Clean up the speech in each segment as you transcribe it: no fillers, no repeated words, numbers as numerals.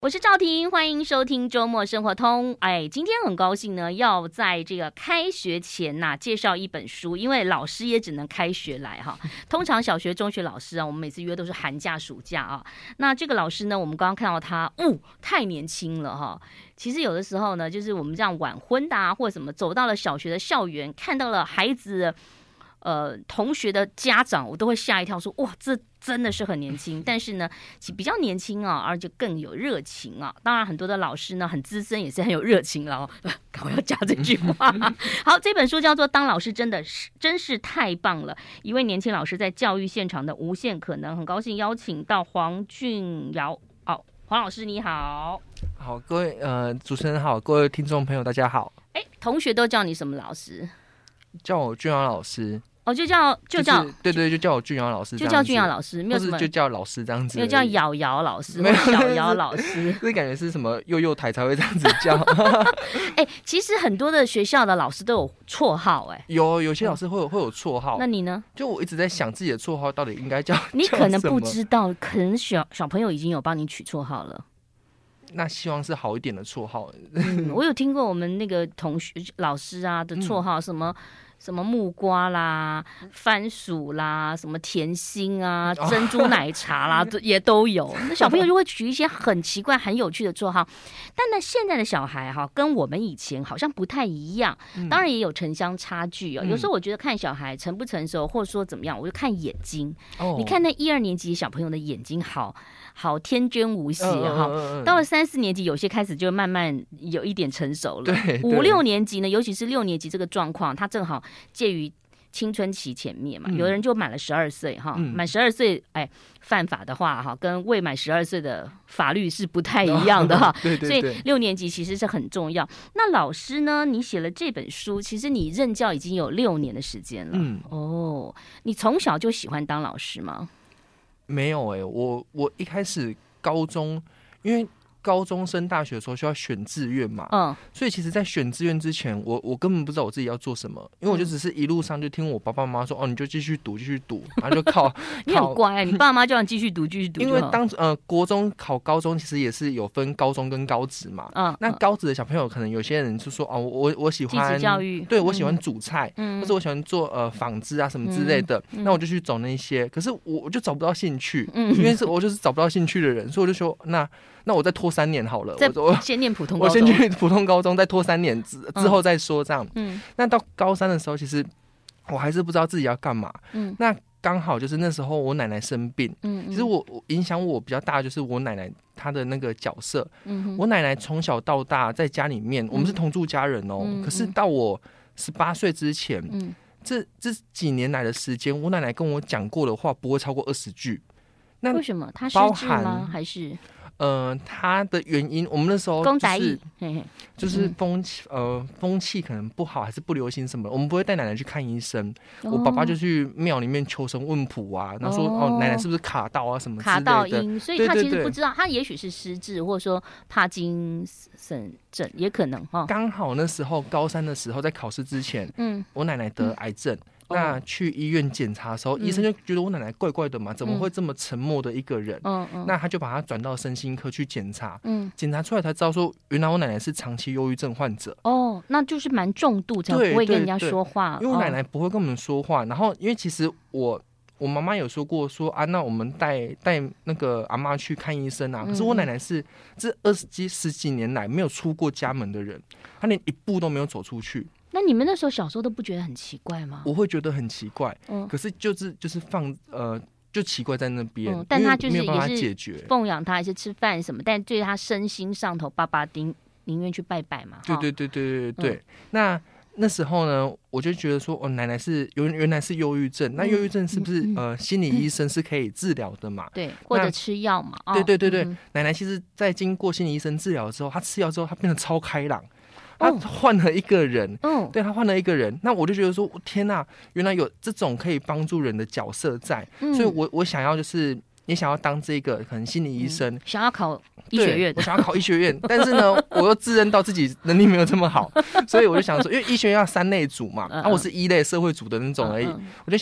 我是赵婷，欢迎收听周末生活通。今天很高兴呢，要在这个开学前介绍一本书，因为老师也只能开学来哈。通常小学、中学老师我们每次约都是寒假、暑假啊。那这个老师呢，我们刚刚看到他，太年轻了哈。其实有的时候呢，就是我们这样晚婚的或者什么，走到了小学的校园，看到了孩子。同学的家长，我都会吓一跳，说哇，这真的是很年轻。但是呢，比较年轻而且更有热情当然，很多的老师呢，很资深，也是很有热情了赶快要加这句话。好，这本书叫做《当老师真是太棒了》，一位年轻老师在教育现场的无限可能。很高兴邀请到黄俊尧黄老师，你好。 好，各位主持人好，各位听众朋友大家好。 同学都叫你什么老师？ 叫我俊尧老师。 就叫对，就叫我俊尧老师， 就叫俊尧老师，没有什么就叫老师这样子， 没有叫瑶瑶老师，没有小瑶老师， 这感觉是什么幼幼台才会这样子叫。 其实很多的学校的老师都有绰号有些老师会有绰号。 那你呢？ 就我一直在想自己的绰号到底应该叫你可能不知道，可能小朋友已经有帮你取绰号了。 那希望是好一点的绰号。 我有听过我们那个同学老师的绰号，什么木瓜啦、番薯啦、什么甜心珍珠奶茶啦，也都有。那小朋友就会取一些很奇怪、很有趣的绰号。但呢，现在的小孩跟我们以前好像不太一样。当然也有城乡差距有时候我觉得看小孩成不成熟，或者说怎么样，我就看眼睛。你看那1、2年级小朋友的眼睛好天真无邪到了3、4年级，有些开始就慢慢有一点成熟了。 对 5、6年级呢，尤其是6年级这个状况，他正好介于青春期前面嘛。有的人就满了12岁满12岁犯法的话跟未满12岁的法律是不太一样的对， 所以6年级其实是很重要。那老师呢，你写了这本书，其实你任教已经有6年的时间了。你从小就喜欢当老师吗？ 没有我一开始高中，因为高中升大学的时候需要选志愿嘛，所以其实在选志愿之前，我根本不知道我自己要做什么，因为我就只是一路上就听我爸爸妈妈说，你就继续读，然后就考。 你很乖你爸妈叫你继续读， 因为国中考高中其实也是有分高中跟高职嘛，那高职的小朋友可能有些人就说我喜欢技职教育， 对我喜欢煮菜，或者我喜欢做纺织什么之类的，那我就去走那些，可是我就找不到兴趣，因为我就是找不到兴趣的人，所以我就说那我再拖3年好了， 我先念普通高中， 我先去普通高中，再拖3年之后再说这样。那到高3的时候，其实我还是不知道自己要干嘛。那刚好就是那时候我奶奶生病，其实我影响我比较大的就是我奶奶她的那个角色。我奶奶从小到大在家里面，我们是同住家人可是到我18岁之前，这几年来的时间，我奶奶跟我讲过的话不会超过20句。那为什么？她失智吗？还是？ 他的原因，我们那时候就是风气可能不好，还是不流行什么，我们不会带奶奶去看医生。我爸爸就去庙里面求神问卜然后说奶奶是不是卡到什么之类的， 卡到阴，所以他其实不知道，他也许是失智，或者说帕金森症也可能刚好那时候高3的时候，在考试之前，我奶奶得癌症。那去医院检查的时候，医生就觉得我奶奶怪怪的嘛，怎么会这么沉默的一个人？那他就把他转到身心科去检查，检查出来才知道说，原来我奶奶是长期忧郁症患者。 那就是蛮重度，才不会跟人家说话。 因为我奶奶不会跟我们说话，然后因为其实我妈妈有说过说那我们带那个阿嬷去看医生可是我奶奶是这10几年来没有出过家门的人，她连一步都没有走出去。 那你们那时候小时候都不觉得很奇怪吗？ 我会觉得很奇怪，可是就是就奇怪在那边， 但他就是没有办法解决， 奉养他还是吃饭什么，但对他身心上头，爸爸宁愿去拜拜嘛。 对。那时候呢，我就觉得说，奶奶原来是忧郁症，那忧郁症是不是心理医生是可以治疗的嘛？ 对，或者吃药嘛。 对，奶奶其实在经过心理医生治疗之后，她吃药之后，她变得超开朗。他换了一个人，对，他换了一个人，那我就觉得说，天哪，原来有这种可以帮助人的角色在，所以我想要就是也想要当这个可能心理医生， 想要考医学院， 我想要考医学院，但是呢，我又自认到自己能力没有这么好，所以我就想说，因为医学院要3类组嘛，我是1类社会组的那种而已，我就想要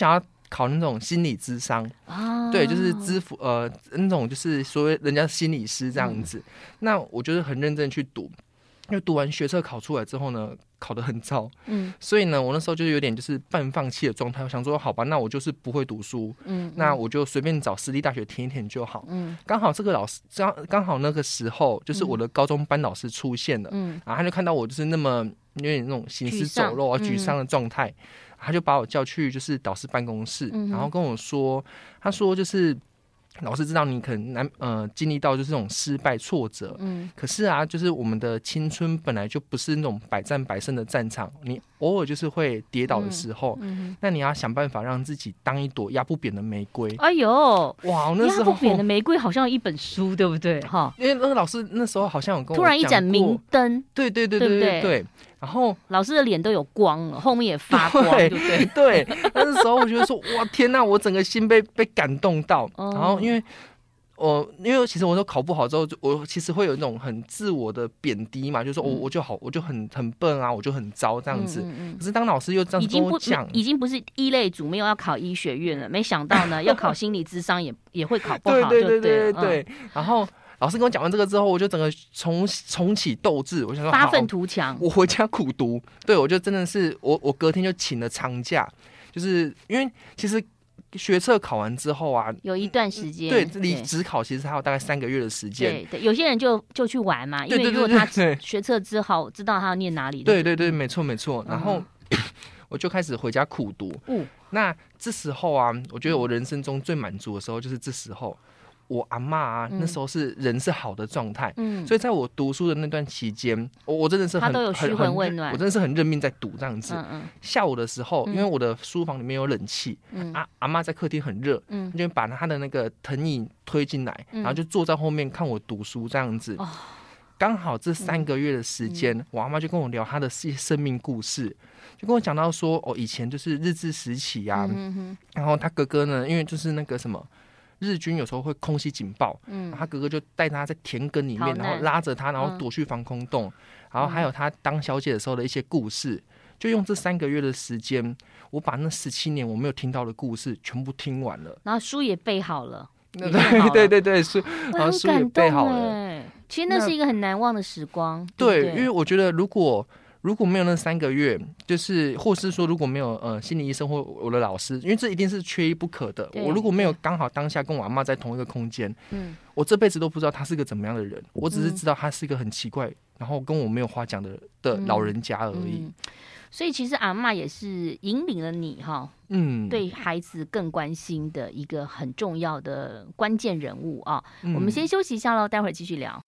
考那种心理咨商啊， 对，就是那种就是所谓人家心理师这样子。那我就是很认真去读，因为读完学测考出来之后呢，考得很糟，所以呢，我那时候就有点就是半放弃的状态。我想说，好吧，那我就是不会读书，那我就随便找私立大学填一填就好。刚好这个老师刚好那个时候，就是我的高中班老师出现了，然后他就看到我就是那么有点那种行尸走肉啊、沮丧的状态，他就把我叫去就是导师办公室，然后跟我说，他说就是。老师知道你可能经历到就是这种失败挫折，可是啊，就是我们的青春本来就不是那种百战百胜的战场，你偶尔就是会跌倒的时候，那你要想办法让自己当一朵压不扁的玫瑰。 哎呦， 哇，那时候压不扁的玫瑰好像有一本书，对不对？哈， 因为那个老师那时候好像有跟我突然一盏明灯， 对，然后老师的脸都有光了，后面也发光，对不对？ 对，那时候我觉得说，哇，天哪，我整个心被感动到。然后因为其实我说考不好之后，我其实会有那种很自我的贬低嘛，就是说我就好，我就很笨啊，我就很糟这样子。可是当老师又这样跟我讲， 已经不是一类组，没有要考医学院了，没想到呢，要考心理咨商也会考不好，对。 然后。老师跟我讲完这个之后，我就整个重启斗志，我想说发愤图强， 我回家苦读。对，我就真的是我隔天就请了长假，就是因为其实学测考完之后啊， 有一段时间， 对，离指考其实还有大概3个月的时间。 对，有些人就去玩嘛，因为如果他学测之后知道他要念哪里， 对，没错。然后我就开始回家苦读。那这时候啊，我觉得我人生中最满足的时候就是这时候。我阿嬷啊，那时候人是好的状态，所以在我读书的那段期间，我真的是他都有嘘寒问暖， 我真的是很认命在读这样子。下午的时候，因为我的书房里面有冷气，阿嬷在客厅很热，就把他的那个藤椅推进来，然后就坐在后面看我读书这样子。刚好这3个月的时间，我阿嬷就跟我聊她的生命故事，就跟我讲到说，以前就是日治时期啊，然后他哥哥呢，因为就是那个什么。日军有时候会空袭警报，他哥哥就带他在田埂里面，然后拉着他，然后躲去防空洞，然后还有他当小姐的时候的一些故事，就用这3个月的时间，我把那17年我没有听到的故事全部听完了， 然后书也背好了， 对，然后书也背好了。 其实那是一个很难忘的时光， 对，因为我觉得如果没有那3个月，就是或是说如果没有心理医生或我的老师，因为这一定是缺一不可的。我如果没有刚好当下跟我阿嬷在同一个空间，我这辈子都不知道他是个怎么样的人，我只是知道他是一个很奇怪，然后跟我没有话讲的老人家而已。 所以其实阿嬷也是引领了你对孩子更关心的一个很重要的关键人物啊。我们先休息一下喽，待会儿继续聊。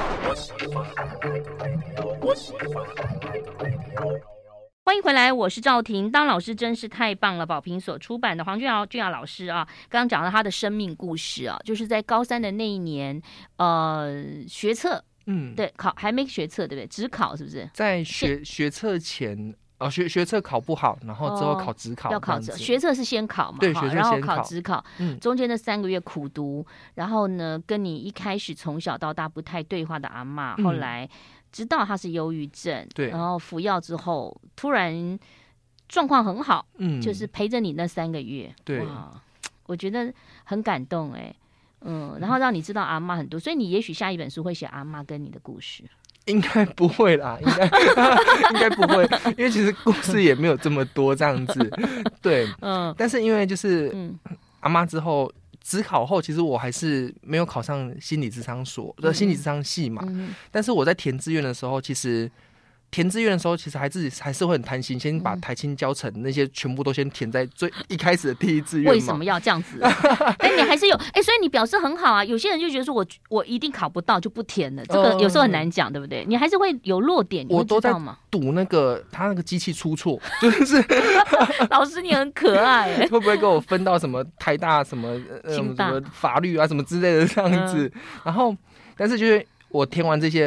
欢迎回来，我是赵婷。当老师真是太棒了，宝瓶所出版的黄俊尧老师啊，刚刚讲到他的生命故事啊，就是在高3的那一年，学测，对，还没学测，对不对？指考是不是？ 在学测前。学测考不好，然后之后考指考， 要考学测是先考嘛， 对，学测先然后考指考，中间那3个月苦读，然后呢，跟你一开始从小到大不太对话的阿嬷，后来知道他是忧郁症， 对， 然后服药之后，突然状况很好，就是陪着你那3个月， 对， 哇，我觉得很感动然后让你知道阿嬷很多，所以你也许下一本书会写阿嬷跟你的故事。 应该不会啦，应该不会，因为其实故事也没有这么多这样子，对，但是因为就是阿嬷之后指考后，其实我还是没有考上心理咨商所的心理咨商系嘛，但是我在填志愿的时候，其实填志愿的时候，其实还是会很贪心，先把台清交成那些全部都先填在最一开始的第一志愿嘛。 为什么要这样子？但你还是有所以你表示很好啊。有些人就觉得说我一定考不到就不填了，这个有时候很难讲，对不对？你还是会有弱点， 我都在赌那个他那个机器出错，就是老师你很可爱会不会给我分到什么台大什么什么法律啊什么之类的这样子？然后但是就是我填完这些。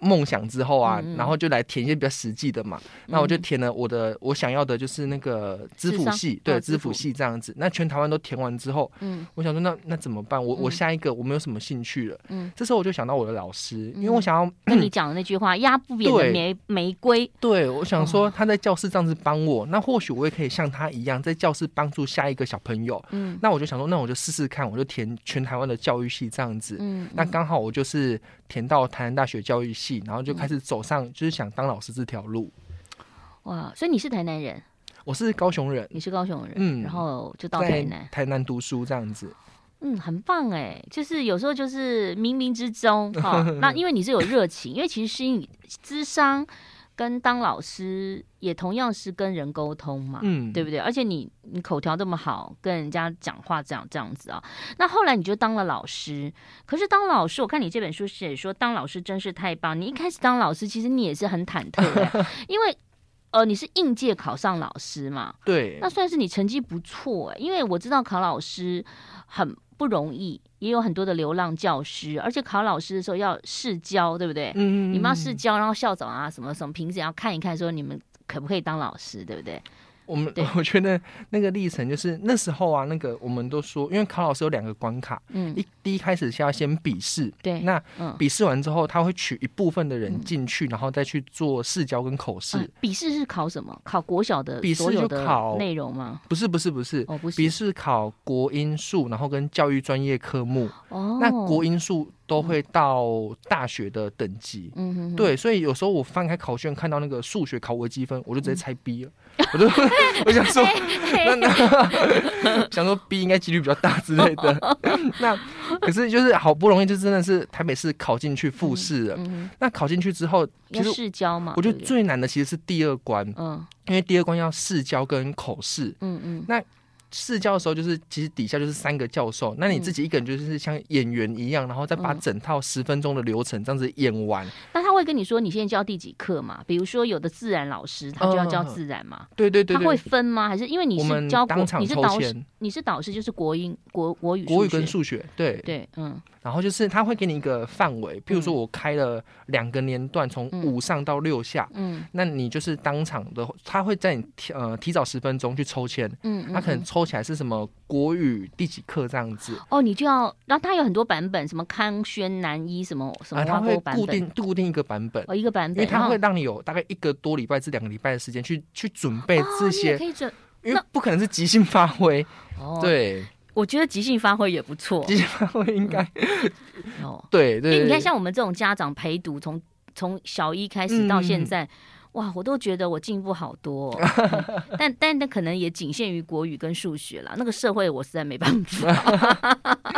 梦想之后啊，然后就来填一些比较实际的嘛。那我就填了我想要的就是那个资辅系，对，资辅系这样子。那全台湾都填完之后，我想说那怎么办？我下一个我没有什么兴趣了。这时候我就想到我的老师，因为我想要跟你讲的那句话，压不扁的玫瑰。 对，我想说他在教室这样子帮我，那或许我也可以像他一样，在教室帮助下一个小朋友。那我就想说，那我就试试看，我就填全台湾的教育系这样子。那刚好我就是填到台南大学教育系，然后就开始走上就是想当老师这条路。 哇，所以你是台南人？ 我是高雄人。 你是高雄人，然后就到台南读书这样子。 很棒哎，就是有时候就是冥冥之中那因为你是有热情，因为其实心理諮商跟当老师也同样是跟人沟通嘛，对不对？而且你口条这么好，跟人家讲话这样子啊。那后来你就当了老师，可是当老师，我看你这本书写说当老师真是太棒。你一开始当老师，其实你也是很忐忑因为你是应届考上老师嘛， 对， 那算是你成绩不错因为我知道考老师很不容易，也有很多的流浪教师，而且考老师的时候要试教，对不对？你们要试教，然后校长啊什么评审要看一看，说你们可不可以当老师，对不对？ 我觉得那个历程就是那时候啊，那个我们都说，因为考老师有2个关卡，第一开始是要先笔试， 对， 那笔试完之后，他会取一部分的人进去，然后再去做试教跟口试。 笔试是考什么？考国小的所有的内容吗？ 不是，笔试考国英数，然后跟教育专业科目。那国英数都会到大学的等级，对，所以有时候我翻开考卷看到那个数学考微积分，我就直接猜 B 了。我想说，想说 B 应该几率比较大之类的。那可是就是好不容易就真的是台北市考进去复试了。那考进去之后，其实试教嘛， 我觉得最难的其实是第2关，因为第2关要试教跟口试。那试教的时候，就是其实底下就是3个教授，那你自己一个人就是像演员一样，然后再把整套10分钟的流程这样子演完。 那他会跟你说你现在教第几课嘛？比如说有的自然老师他就要教自然嘛， 对，他会分吗？还是因为你是教当场抽签， 你是导师就是国语跟数学，对，然后就是他会给你一个范围，譬如说我开了2个年段，从5上到6下，那你就是当场的，他会在你提早10分钟去抽签，他可能抽起来是什么国语第几课这样子。 你就要，然后他有很多版本，什么康轩南一什么他会固定一个版本， 一个版本， 因为他会让你有大概1个多礼拜至2个礼拜的时间去准备这些， 你也可以因为不可能是即兴发挥，对。 我觉得即兴发挥也不错， 即兴发挥应该对， 你看像我们这种家长陪读，从小1开始到现在，哇，我都觉得我进步好多但可能也仅限于国语跟数学啦，那个社会我实在没办法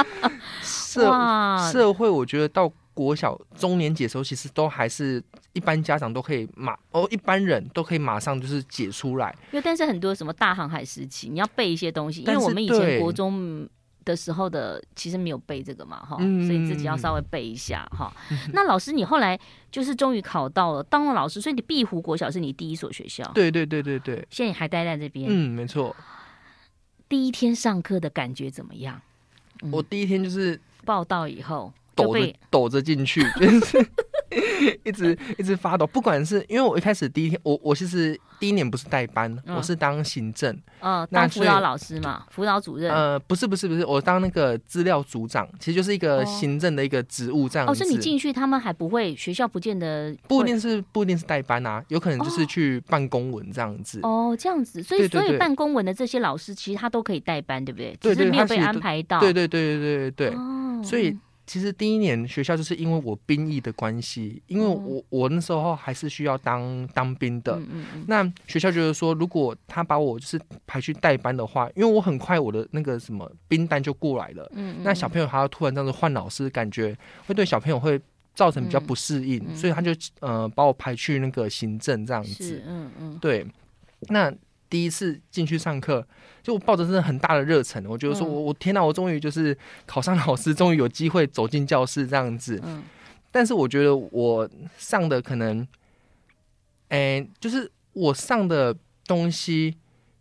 社会我觉得到国小中年级的时候，其实都还是一般家长都可以一般人都可以马上就是解出来。 因为但是很多什么大航海时期，你要背一些东西，因为我们以前国中的时候的其实没有背这个嘛，所以自己要稍微背一下哈。那老师，你后来就是终于考到了，当了老师，所以你碧湖国小是你第一所学校。 对。 现在你还待在这边， 没错。 第一天上课的感觉怎么样？ 我第一天就是报到以后。 抖着进去，就是一直发抖。不管是因为我一开始第一天，我其实第1年不是带班，我是当行政， 当辅导老师嘛，辅导主任。 不是，我当那个资料组长，其实就是一个行政的一个职务这样子。 所以你进去，他们还不会，学校不见得不一定是带班啊，有可能就是去办公文这样子。 这样子，所以办公文的这些老师，其实他都可以带班，对不对？只是没有被安排到。 对。所以。其实第1年学校就是因为我兵役的关系，因为我那时候还是需要当兵的，那学校觉得说，如果他把我就是排去代班的话，因为我很快我的那个什么兵单就过来了，那小朋友还要突然这样子换老师，感觉会对小朋友会造成比较不适应，所以他就把我排去那个行政这样子，对，那。第一次进去上课，就我抱着真的很大的热忱，我觉得说我天哪，我终于就是考上老师，终于有机会走进教室这样子。但是我觉得我上的可能，就是我上的东西，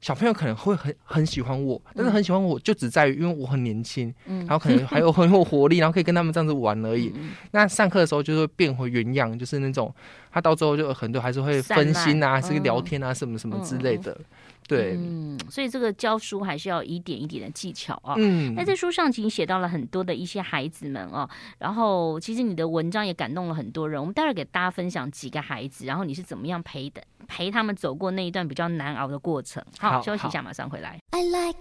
小朋友可能会很喜欢我，但是很喜欢我就只在于因为我很年轻，然后可能还有很有活力，然后可以跟他们这样子玩而已。那上课的时候就会变回原样，就是那种他到最后就很多还是会分心啊，是聊天啊什么什么之类的。对， 所以这个教书还是要一点一点的技巧啊。那在书上其实写到了很多的一些孩子们啊，然后其实你的文章也感动了很多人。我们待会儿给大家分享几个孩子，然后你是怎么样陪他们走过那一段比较难熬的过程。好，休息一下，马上回来。I like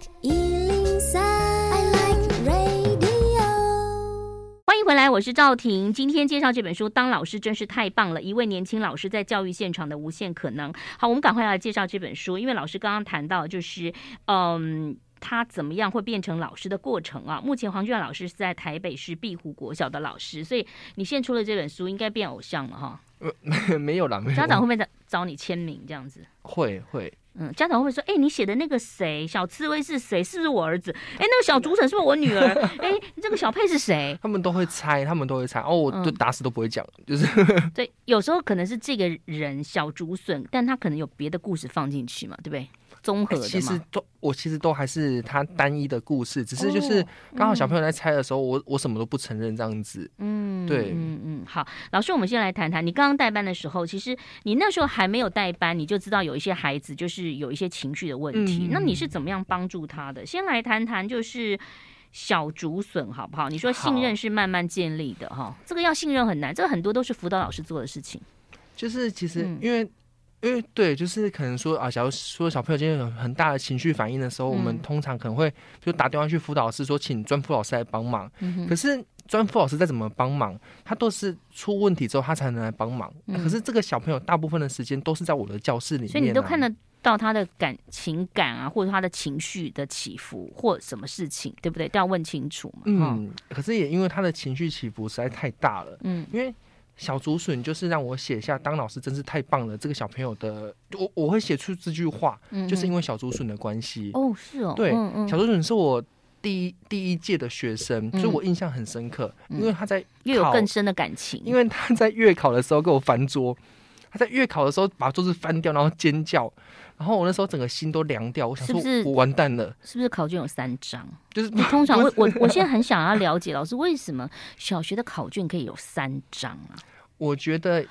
103, I like radio。欢迎回来，我是赵婷。今天介绍这本书《当老师真是太棒了》，一位年轻老师在教育现场的无限可能。好，我们赶快来介绍这本书，因为老师刚刚谈到就是他怎么样会变成老师的过程啊。目前黄俊老师是在台北市碧湖国小的老师，所以你现在出了这本书，应该变偶像了哈。 没有啦，没有。 家长会不会找你签名这样子？ 会。 家长会说，你写的那个谁，小刺猬是谁？是不是我儿子？那个小竹笋是不是我女儿？这个小佩是谁？ 他们都会猜。我就打死都不会讲，就是对，有时候可能是这个人小竹笋，但他可能有别的故事放进去嘛，对不对？综合的嘛。 我其实都还是他单一的故事，只是就是刚好小朋友在猜的时候，我什么都不承认这样子。对， 好，老师，我们先来谈谈你刚刚带班的时候，其实你那时候还没有带班，你就知道有一些孩子就是有一些情绪的问题，那你是怎么样帮助他的？先来谈谈就是小竹笋好不好？你说信任是慢慢建立的哈，这个要信任很难，这个很多都是辅导老师做的事情。 就是其实因为对，就是可能说假如说小朋友今天有很大的情绪反应的时候，我们通常可能会就打电话去辅导老师说，请专辅老师来帮忙。可是专辅老师再怎么帮忙，他都是出问题之后他才能来帮忙。可是这个小朋友大部分的时间都是在我的教室里面， 所以你都看得到他的情感啊，或者他的情绪的起伏或什么事情，对不对？都要问清楚嘛。 可是也因为他的情绪起伏实在太大了。因为小竹笋就是让我写下当老师真是太棒了这个小朋友的，我会写出这句话，就是因为小竹笋的关系。 是哦。 对，小竹笋是我第一届的学生，所以我印象很深刻，因为他在越有更深的感情， 因为他在月考的时候给我翻桌，他在月考的时候把桌子翻掉，然后尖叫，然后我那时候整个心都凉掉，我想说我完蛋了， 是不是考卷有3张？ 就是你通常我现在很想要了解老师为什么小学的考卷可以有3张啊？ 我觉得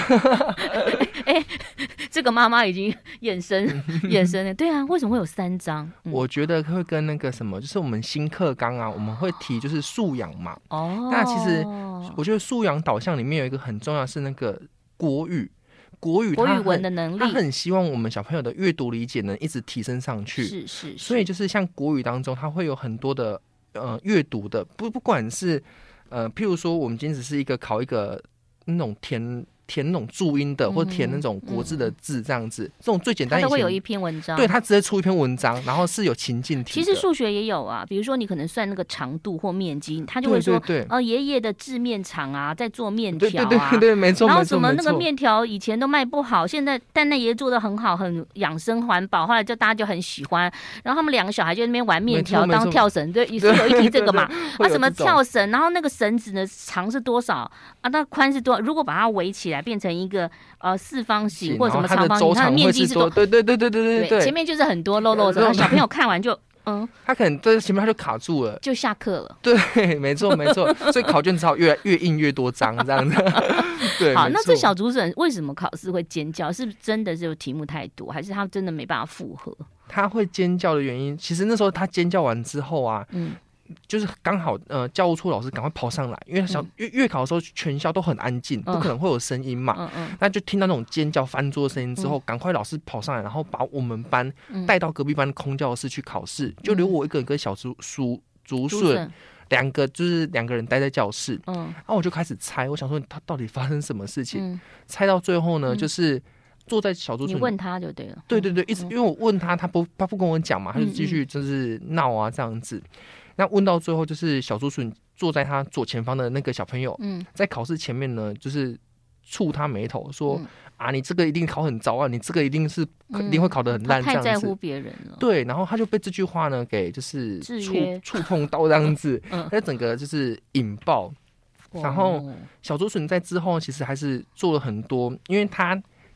这个妈妈已经眼神了。对啊，为什么会有3张？ 我觉得会跟那个什么，就是我们新课纲啊，我们会提就是素养嘛。那其实我觉得素养导向里面有一个很重要的是那个国语文的能力，他很希望我们小朋友的阅读理解能一直提升上去。是。所以就是像国语当中，它会有很多的阅读的，不管是譬如说我们今天只是考一个那种填那种注音的，或者填那种国字的字这样子，这种最简单， 它都会有一篇文章。 对，他直接出一篇文章，然后是有情境题的。 其实数学也有啊，比如说你可能算那个长度或面积，他就会说，爷爷的制面厂啊，在做面条啊， 对，没错。 然后什么那个面条以前都卖不好，现在但那爷爷做的很好，很养生环保，后来就大家就很喜欢。然后他们2个小孩就在那边玩面条当跳绳，对，也是有一题这个嘛，什么跳绳，然后那个绳子的长是多少啊？那宽是多少？如果把它围起来变成一个四方形或者什么长方形，它的面积是多？对，前面就是很多漏漏的，小朋友看完就他可能在前面他就卡住了， 就下课了。 对，没错，所以考卷只好越印越多张这样子。对， 好，那这小竹笋为什么考试会尖叫？是不是真的是题目太多，还是他真的没办法负荷？ 他会尖叫的原因，其实那时候他尖叫完之后啊，就是刚好教务处老师赶快跑上来，因为月考的时候全校都很安静，不可能会有声音嘛，那就听到那种尖叫翻桌的声音之后，赶快老师跑上来，然后把我们班带到隔壁班的空教室去考试，就留我一个人跟小竹笋两个人待在教室，然后我就开始猜，我想说他到底发生什么事情，猜到最后呢，就是坐在小竹笋， 你问他就对了， 对，一直因为我问他，他不跟我讲嘛，他就继续就是闹啊这样子。那问到最后，就是小竹笋坐在他左前方的那个小朋友，在考试前面呢，就是触他眉头说：“你这个一定考很糟啊，你这个一定会考得很烂。”这样子， 太在乎别人了。 对，然后他就被这句话呢给就是触碰到这样子，他整个就是引爆。然后小竹笋在之后其实还是做了很多，因为他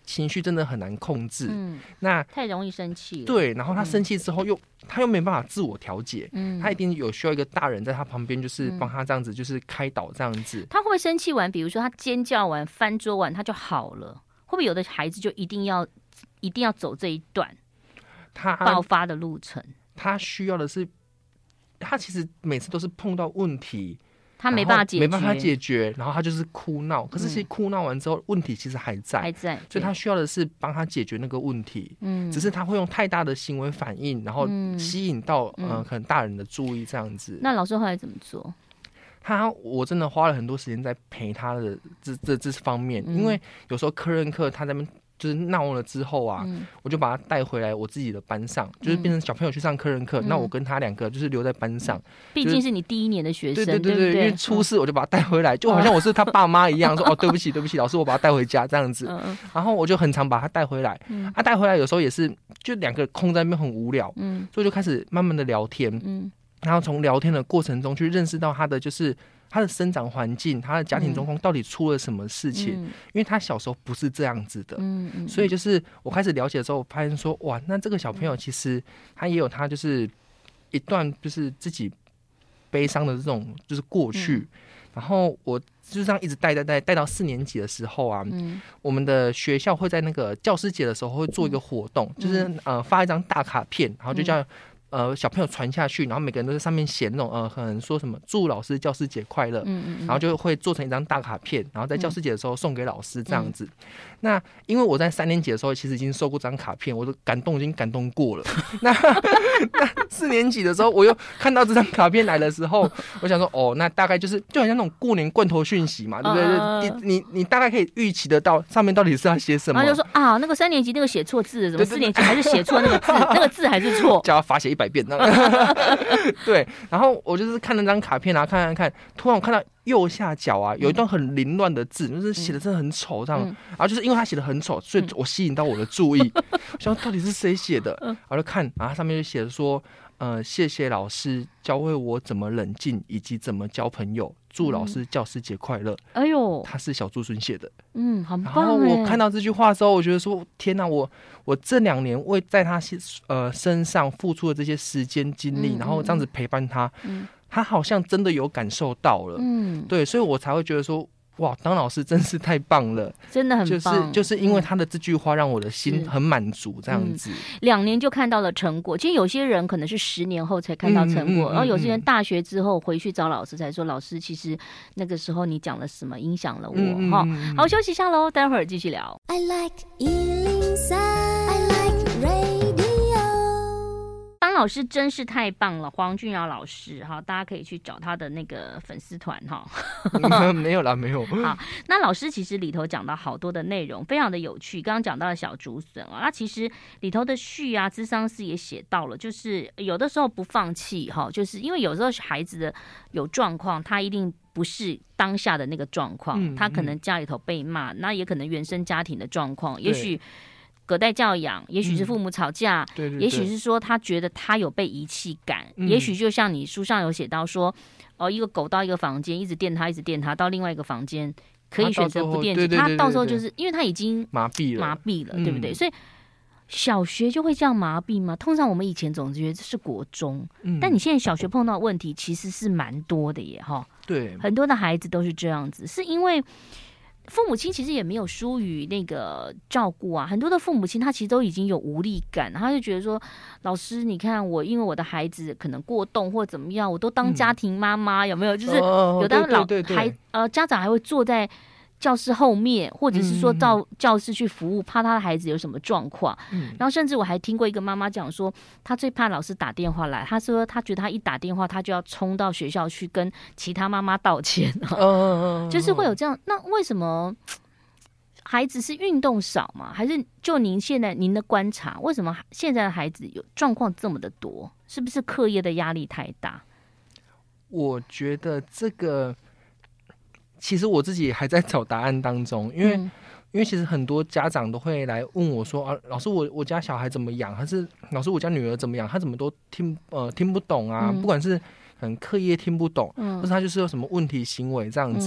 情绪真的很难控制，那太容易生气了。 对，然后他生气之后他又没办法自我调节，他一定有需要一个大人在他旁边，就是帮他这样子，就是开导这样子。 他会不会生气完，比如说他尖叫完、翻桌完，他就好了？会不会有的孩子就一定要走这一段他爆发的路程？他需要的是，他其实每次都是碰到问题。 他没办法解决，然后他就是哭闹。可是其实哭闹完之后，问题其实还在，所以他需要的是帮他解决那个问题。只是他会用太大的行为反应，然后吸引到可能大人的注意这样子。 那老师后来怎么做？ 我真的花了很多时间在陪他的这方面，因为有时候科任课他在那边就是闹了之后啊，我就把他带回来我自己的班上，就是变成小朋友去上科任课，那我跟他2个就是留在班上。 毕竟是你第1年的学生， 对，因为出事我就把他带回来，就好像我是他爸妈一样，说哦对不起老师，我把他带回家这样子。然后我就很常把他带回来，带回来有时候也是就2个空在那边很无聊，所以就开始慢慢的聊天，然后从聊天的过程中去认识到他的就是他的生长环境，他的家庭状况到底出了什么事情，因为他小时候不是这样子的，所以就是我开始了解的时候，我发现说哇，那这个小朋友其实他也有他就是一段就是自己悲伤的这种就是过去，然后我就这样一直带到4年级的时候啊，我们的学校会在那个教师节的时候会做一个活动，就是发一张大卡片，然后就叫小朋友传下去，然后每个人都在上面写那种可能说什么祝老师教师节快乐，然后就会做成一张大卡片，然后在教师节的时候送给老师这样子。那因为我在3年级的时候其实已经收过这张卡片，我的已经感动过了。那4年级的时候我又看到这张卡片来的时候，我想说哦，那大概就很像那种过年罐头讯息嘛，对不对？你大概可以预期得到上面到底是要写什么， 然后就说啊，那个3年级那个写错字，怎么4年级还是写错那个字，那个字还是错， 叫他罚写100遍。对，然后我就是看那张卡片啊，看，突然我看到右下角啊有一段很凌乱的字，就是写的真的很丑这样，然后就是因为他写的很丑，所以我吸引到我的注意，我想到底是谁写的，然后就看，然后上面就写说谢谢老师教会我怎么冷静以及怎么交朋友，祝老师教师节快乐。哎呦，他是小朱孙写的， 很棒。 然后我看到这句话的时候，我觉得说天哪，我这2年为在他身上付出的这些时间精力，然后这样子陪伴他，他好像真的有感受到了，对，所以我才会觉得说哇，当老师真是太棒了， 真的很棒， 就是因为他的这句话让我的心很满足，这样子。 2年就看到了成果，其实有些人可能是10年后才看到成果，然后有些人大学之后回去找老师才说，老师其实那个时候你讲了什么影响了我哈。好，休息一下喽，待会儿继续聊。I like 103, I like radio。当老师真是太棒了，黄俊尧老师哈，大家可以去找他的那个粉丝团哈。 没有啦，没有。 好，那老师其实里头讲到好多的内容，非常的有趣。刚刚讲到了小竹笋啊，那其实里头的序啊，諮商師也寫到了，就是有的时候不放棄哈，就是因为有时候孩子的有状况，他一定不是当下的那个状况，他可能家里头被骂，那也可能原生家庭的状况，也许隔代教养，也许是父母吵架，也许是说他觉得他有被遗弃感，也许就像你书上有写到说，一个狗到一个房间一直电他，到另外一个房间可以选择不电击，他到时候就是因为他已经麻痹了，对不对？所以小学就会这样麻痹吗？通常我们以前总觉得这是国中，但你现在小学碰到问题其实是蛮多的耶，哈。对，很多的孩子都是这样子，是因为父母亲其实也没有疏于那个照顾啊，很多的父母亲他其实都已经有无力感，他就觉得说，老师你看我因为我的孩子可能过动或怎么样，我都当家庭妈妈，有没有？就是有的家长还会坐在教室后面，或者是说到教室去服务，怕他的孩子有什么状况。然后甚至我还听过一个妈妈讲说，她最怕老师打电话来，她说她觉得她一打电话，她就要冲到学校去跟其他妈妈道歉，就是会有这样。那为什么孩子是运动少吗？还是就您的观察，为什么现在的孩子有状况这么的多？是不是课业的压力太大？ 我觉得这个其实我自己还在找答案当中，因为其实很多家长都会来问我说啊，老师我家小孩怎么养，还是老师我家女儿怎么养，他怎么都听不懂啊，不管是可能课业听不懂，或是他就是有什么问题行为这样子。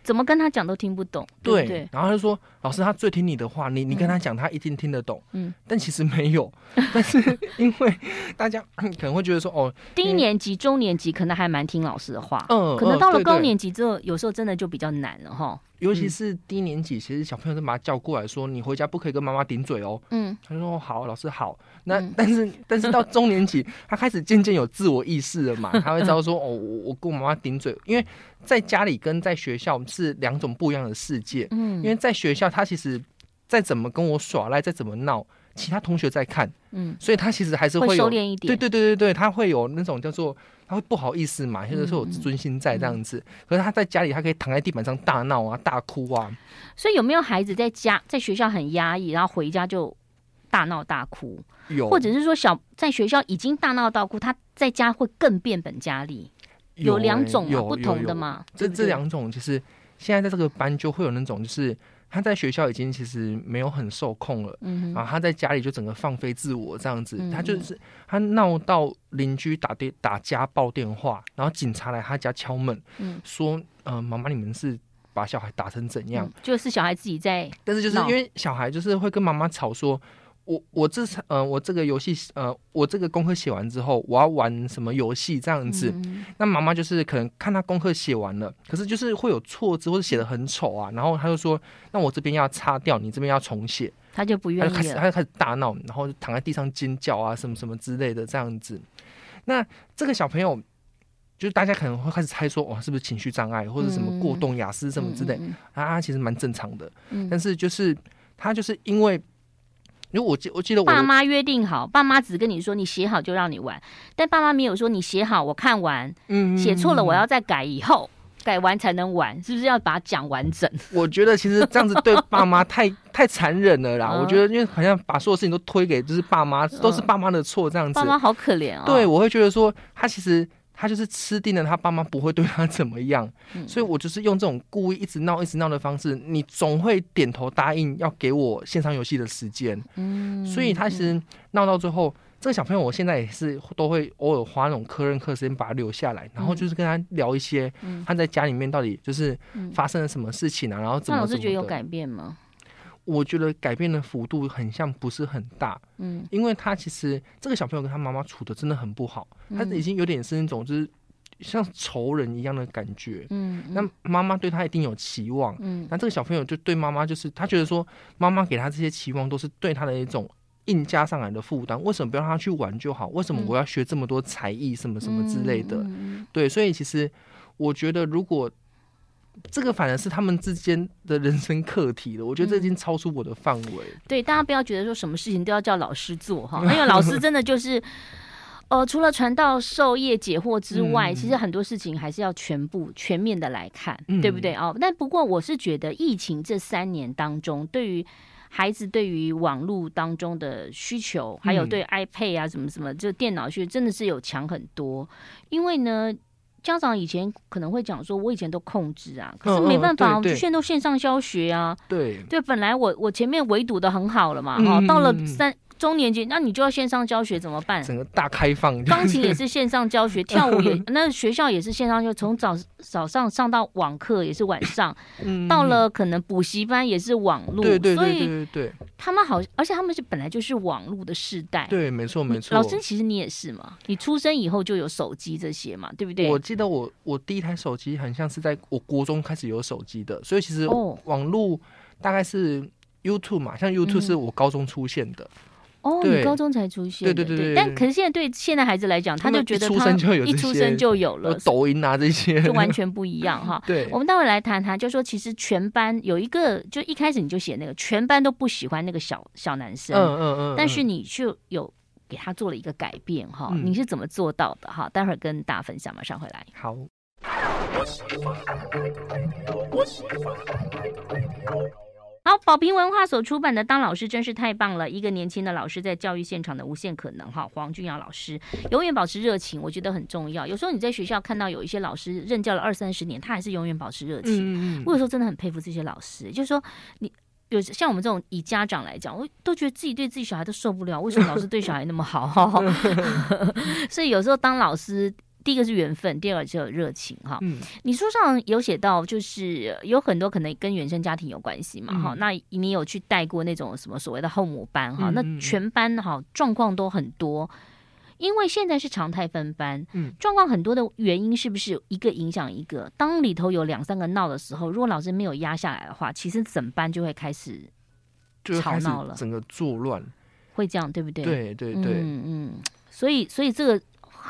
怎么跟他讲都听不懂， 对， 对， 然后他就说老师他最听你的话，你跟他讲他一定听得懂，但其实没有，但是因为大家可能会觉得说哦， 低年级中年级可能还蛮听老师的话，可能到了高年级之后，有时候真的就比较难了哈。 尤其是低年级，其实小朋友就把他叫过来说：“你回家不可以跟妈妈顶嘴哦。”他就说：“好，老师好。”那但是到中年级，他开始渐渐有自我意识了嘛，他会知道说：“哦，我跟我妈妈顶嘴，因为在家里跟在学校是两种不一样的世界。因为在学校，他其实再怎么跟我耍赖，再怎么闹，其他同学在看，所以他其实还是会收敛一点。 对，他会有那种叫做。他会不好意思嘛，或者说有自尊心在这样子。可是他在家里，他可以躺在地板上大闹啊、大哭啊。 所以有没有孩子在学校很压抑，然后回家就大闹大哭？ 有， 或者是说在学校已经大闹大哭，他在家会更变本加厉？有两种不同的嘛？ 这两种其实现在在这个班就会有那种就是。他在学校已经其实没有很受控了，然后他在家里就整个放飞自我这样子，他就是他闹到邻居打家暴电话，然后警察来他家敲门，说妈妈你们是把小孩打成怎样？ 就是小孩自己在， 但是就是因为小孩就是会跟妈妈吵说。我这个游戏我这个功课写完之后，我要玩什么游戏这样子？那妈妈就是可能看他功课写完了，可是就是会有错字或者写得很丑啊，然后他就说，那我这边要擦掉，你这边要重写， 他就不愿意了， 他就开始大闹，然后就躺在地上尖叫啊，什么什么之类的这样子。那这个小朋友。就是大家可能会开始猜说，哇，是不是情绪障碍或者什么过动雅思什么之类他其实蛮正常的。但是就是他就是因为我记得爸妈约定好，爸妈只跟你说你写好就让你玩，但爸妈没有说你写好我看完，写错了我要再改，以后改完才能玩，是不是要把它讲完整？ 我觉得其实这样子对爸妈太残忍了啦。我觉得因为好像把所有事情都推给就是爸妈，都是爸妈的错这样子。 爸妈好可怜哦。 对，我会觉得说他就是吃定了他爸妈不会对他怎么样，所以我就是用这种故意一直闹的方式，你总会点头答应要给我线上游戏的时间。所以他其实闹到最后，这个小朋友我现在也是都会偶尔花那种课任课时间把他留下来，然后就是跟他聊一些他在家里面到底就是发生了什么事情啊，然后怎么。那老师觉得有改变吗？ 我觉得改变的幅度很像不是很大，因为他其实这个小朋友跟他妈妈处的真的很不好，他已经有点是那种就是像仇人一样的感觉，那妈妈对他一定有期望，那这个小朋友就对妈妈就是他觉得说妈妈给他这些期望都是对他的一种硬加上来的负担，为什么不要让他去玩就好？为什么我要学这么多才艺什么什么之类的？对，所以其实我觉得如果这个反而是他们之间的人生课题了，我觉得这已经超出我的范围。 对，大家不要觉得说什么事情都要叫老师做哈，因为老师真的就是除了传道授业解惑之外，其实很多事情还是要全面的来看，对不对但不过我是觉得疫情这3年当中，对于孩子对于网络当中的需求，还有对 iPad 啊什么什么，就电脑需求真的是有强很多，因为呢。家长以前可能会讲说，我以前都控制啊，可是没办法，现在都线上教学啊。对，本来我前面围堵的很好了嘛，到了中年级，那你就要线上教学怎么办？ 整个大开放， 钢琴也是线上教学，跳舞也那学校也是线上，就从早上上到网课也是晚上，到了可能补习班也是网络， 对， 所以他们而且他们本来就是网络的世代， 对，没错。 老师其实你也是嘛，你出生以后就有手机这些嘛，对不对？ 我记得我第一台手机很像是在我国中开始有手机的，所以其实网络大概是 YouTube 嘛，像 YouTube 是我高中出现的。 你高中才出现，对，但可是对现在孩子来讲，他就觉得他一出生就有了抖音啊这些， 就完全不一样哈。对，我们待会来谈谈，就说其实全班有一个，就一开始你就写那个全班都不喜欢那个小男生，但是你就有给他做了一个改变哈，你是怎么做到的哈？待会儿跟大家分享，马上回来。 好。 好，宝瓶文化所出版的《当老师真是太棒了》，一个年轻的老师在教育现场的无限可能。哈，黄君瑶老师永远保持热情，我觉得很重要。有时候你在学校看到有一些老师任教了20-30年，他还是永远保持热情。我有时候真的很佩服这些老师，就是说你有像我们这种以家长来讲，我都觉得自己对自己小孩都受不了，为什么老师对小孩那么好？所以有时候当老师第一个是缘分，第二个就有热情哈。你书上有写到，就是有很多可能跟原生家庭有关系嘛哈。那你有去带过那种什么所谓的后母班哈？那全班哈状况都很多。因为现在是常态分班，状况很多的原因是不是一个影响一个？当里头有2、3个闹的时候，如果老师没有压下来的话，其实整班就会开始吵闹了， 整个作乱， 会这样对不对？ 对对对， 所以这个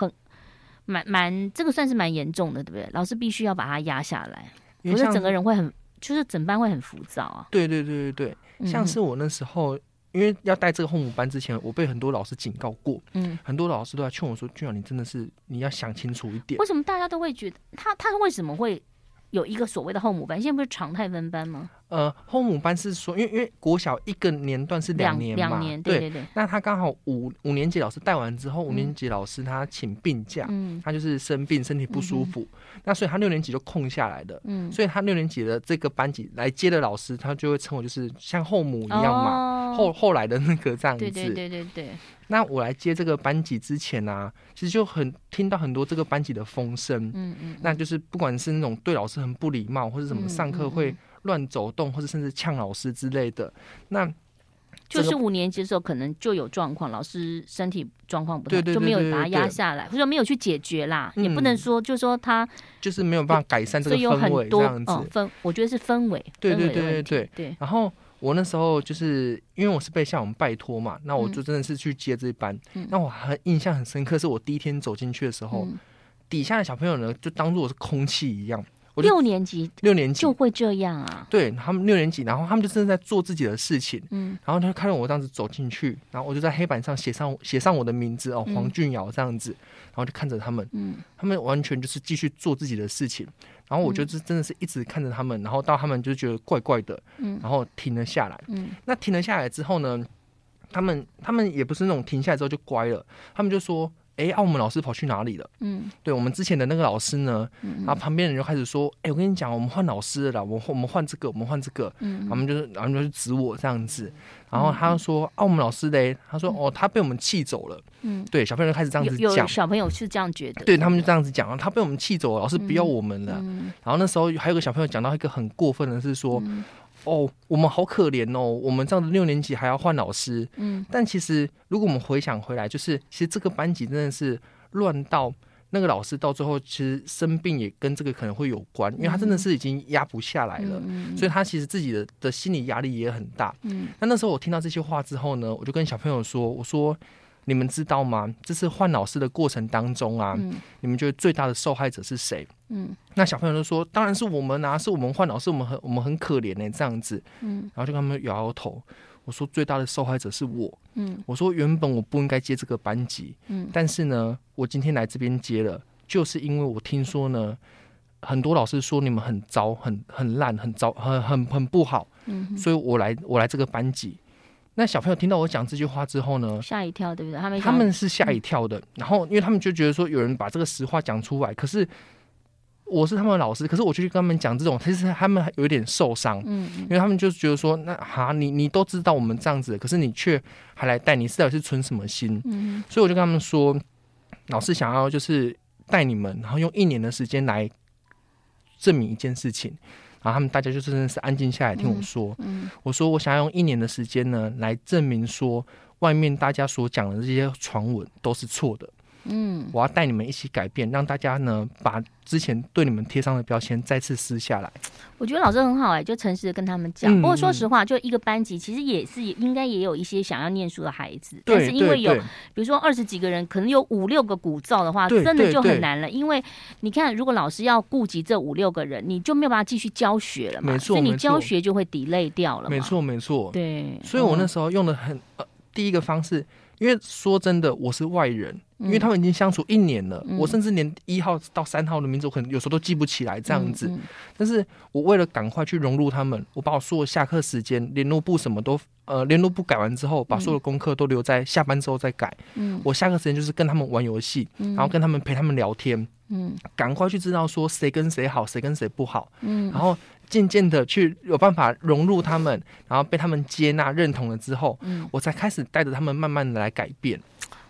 这个算是蛮严重的，对不对？老师必须要把它压下来，否则整个人会就是整班会很浮躁啊。 对对对对对，像是我那时候。因为要带这个后母班之前，我被很多老师警告过，很多老师都在劝我说：“俊尧，你真的是你要想清楚一点。” 为什么大家都会觉得他为什么会有一个所谓的后母班？现在不是常态分班吗？ 后母班是说，因为国小一个年段是2年嘛， 2年，对对对。 那他刚好五年级老师带完之后，5年级老师他请病假，他就是生病，身体不舒服，那所以他6年级就空下来的，所以他6年级的这个班级来接的老师，他就会称我就是像后母一样嘛，后来的那个这样子， 对对对对对。 那我来接这个班级之前啊，其实就听到很多这个班级的风声，那就是不管是那种对老师很不礼貌，或者什么上课会乱走动，或者甚至呛老师之类的，那就是5年级的时候可能就有状况，老师身体状况不太好，就没有把它压下来，或者没有去解决啦，也不能说就是说他就是没有办法改善这个氛围这样子， 我觉得是氛围， 对对对对对。然后我那时候就是因为我是被校长拜托嘛，那我就真的是去接这班，那我印象很深刻，是我第一天走进去的时候，底下的小朋友呢就当作我是空气一样。 6年级就会这样啊？ 对，他们6年级，然后他们就真的在做自己的事情，然后他就看到我这样子走进去，然后我就在黑板上写上我的名字黄俊尧这样子，然后就看着他们，他们完全就是继续做自己的事情，然后我就是真的是一直看着他们，然后到他们就觉得怪怪的，然后停了下来，那停了下来之后呢，他们也不是那种停下来之后就乖了，他们就说。我们老师跑去哪里了？对，我们之前的那个老师呢，然后旁边人就开始说，我跟你讲，我们换老师了啦，我们换这个，我们换这个，然后就指我这样子，然后他就说，我们老师嘞，他说，他被我们气走了，对，小朋友就开始这样子讲， 有小朋友是这样觉得， 对他们就这样子讲，他被我们气走了，老师不要我们了，然后那时候还有个小朋友讲到一个很过分的是说。我们好可怜哦，我们这样子6年级还要换老师，但其实如果我们回想回来，就是其实这个班级真的是乱到那个老师到最后其实生病也跟这个可能会有关，因为他真的是已经压不下来了，所以他其实自己的心理压力也很大。那时候我听到这些话之后呢，我就跟小朋友说，我说你们知道吗？这次换老师的过程当中啊，你们觉得最大的受害者是谁？那小朋友就说，当然是我们啊，是我们换老师，我们很可怜这样子。然后就跟他们摇摇头。我说最大的受害者是我。我说原本我不应该接这个班级，但是呢，我今天来这边接了，就是因为我听说呢，很多老师说你们很糟、很烂、很糟、很不好，所以我来这个班级。那小朋友听到我讲这句话之后呢， 吓一跳，对不对？ 他们是吓一跳的，然后因为他们就觉得说有人把这个实话讲出来，可是我是他们的老师，可是我就去跟他们讲这种，其实他们有一点受伤，因为他们就觉得说，那你都知道我们这样子，可是你却还来带，你到底是存什么心？所以我就跟他们说，老师想要就是带你们，然后用1年的时间来证明一件事情。然后他们大家就真的是安静下来听我说，我说我想要用1年的时间呢，来证明说外面大家所讲的这些传闻都是错的。我要带你们一起改变，让大家呢把之前对你们贴上的标签再次撕下来。 我觉得老师很好就诚实的跟他们讲。不过说实话，就一个班级其实也是应该也有一些想要念书的孩子，但是因为有比如说20几个人，可能有5、6个鼓噪的话，真的就很难了。因为你看，如果老师要顾及这5、6个人，你就没有办法继续教学了嘛， 没错， 所以你教学就会 delay 掉了嘛。 没错， 对。 所以我那时候用的第一个方式。因为说真的，我是外人，因为他们已经相处1年了，我甚至连1号到3号的名字，我可能有时候都记不起来这样子。但是我为了赶快去融入他们，我把我所有下课时间、联络簿什么都联络簿改完之后，把所有的功课都留在下班之后再改。我下课时间就是跟他们玩游戏，然后跟他们陪他们聊天，赶快去知道说谁跟谁好，谁跟谁不好，然后渐渐的去有办法融入他们，然后被他们接纳认同了之后，我才开始带着他们慢慢的来改变。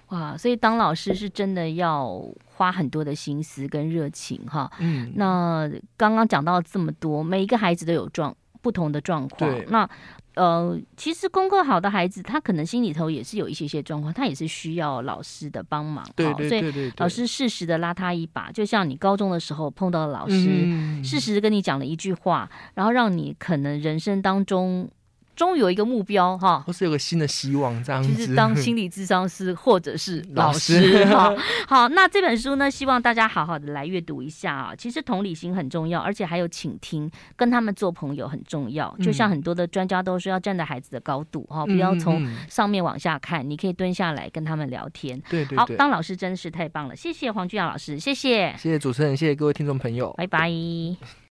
哇，所以当老师是真的要花很多的心思跟热情哈。那刚刚讲到这么多，每一个孩子都有不同的状况。那其实功课好的孩子，他可能心里头也是有一些状况，他也是需要老师的帮忙。 对， 所以老师适时的拉他一把，就像你高中的时候碰到的老师，适时跟你讲了一句话，然后让你可能人生当中终于有一个目标哈， 或是有个新的希望，这样子， 就是当心理咨商师或者是老师哈。好，那这本书呢，希望大家好好的来阅读一下啊。其实同理心很重要，而且还有倾听，跟他们做朋友很重要。就像很多的专家都说，要站在孩子的高度哈，不要从上面往下看，你可以蹲下来跟他们聊天。 对， 好，当老师真的是太棒了，谢谢黄君雅老师，谢谢主持人，谢谢各位听众朋友， 拜拜。